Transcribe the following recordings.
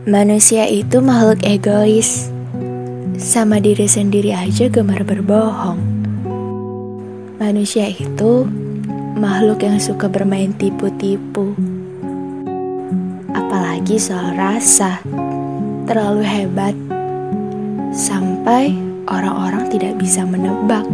Manusia itu makhluk egois. Sama diri sendiri aja gemar berbohong. Manusia itu makhluk yang suka bermain tipu-tipu. Apalagi soal rasa. Terlalu hebat. Sampai orang-orang tidak bisa menebak.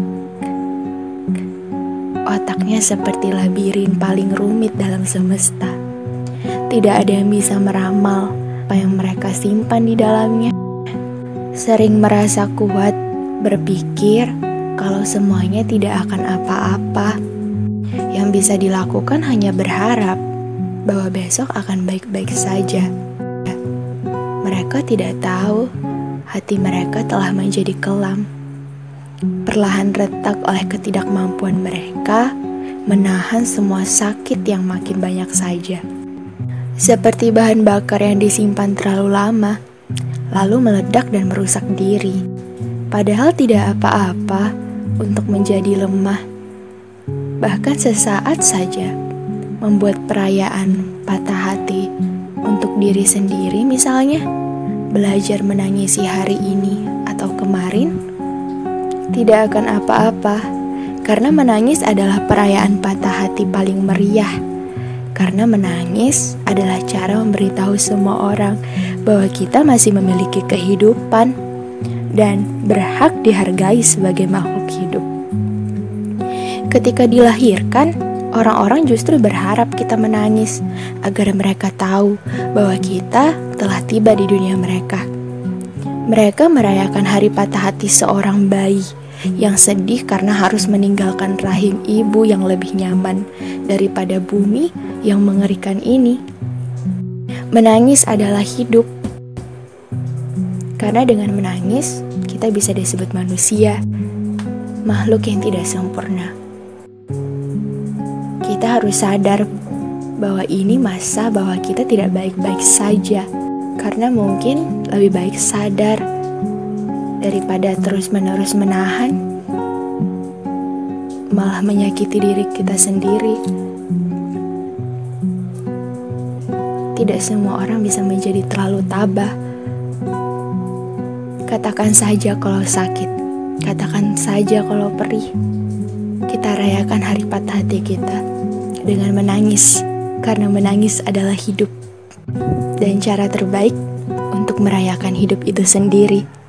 Otaknya seperti labirin paling rumit dalam semesta. Tidak ada yang bisa meramal apa yang mereka simpan di dalamnya. Sering merasa kuat, berpikir kalau semuanya tidak akan apa-apa. Yang bisa dilakukan hanya berharap bahwa besok akan baik-baik saja. Mereka tidak tahu hati mereka telah menjadi kelam. Perlahan retak oleh ketidakmampuan mereka menahan semua sakit yang makin banyak saja. Seperti bahan bakar yang disimpan terlalu lama, lalu meledak dan merusak diri. Padahal tidak apa-apa untuk menjadi lemah. Bahkan sesaat saja membuat perayaan patah hati untuk diri sendiri misalnya. Belajar menangisi hari ini atau kemarin tidak akan apa-apa. Karena menangis adalah perayaan patah hati paling meriah. Karena menangis adalah cara memberitahu semua orang bahwa kita masih memiliki kehidupan dan berhak dihargai sebagai makhluk hidup. Ketika dilahirkan, orang-orang justru berharap kita menangis agar mereka tahu bahwa kita telah tiba di dunia mereka. Mereka merayakan hari patah hati seorang bayi yang sedih karena harus meninggalkan rahim ibu yang lebih nyaman daripada bumi yang mengerikan ini. Menangis adalah hidup. Karena dengan menangis, kita bisa disebut manusia, makhluk yang tidak sempurna. Kita harus sadar bahwa ini masa bahwa kita tidak baik-baik saja. Karena mungkin lebih baik sadar daripada terus-menerus menahan, malah menyakiti diri kita sendiri. Tidak semua orang bisa menjadi terlalu tabah. Katakan saja kalau sakit, katakan saja kalau perih. Kita rayakan hari patah hati kita dengan menangis, karena menangis adalah hidup. Dan cara terbaik untuk merayakan hidup itu sendiri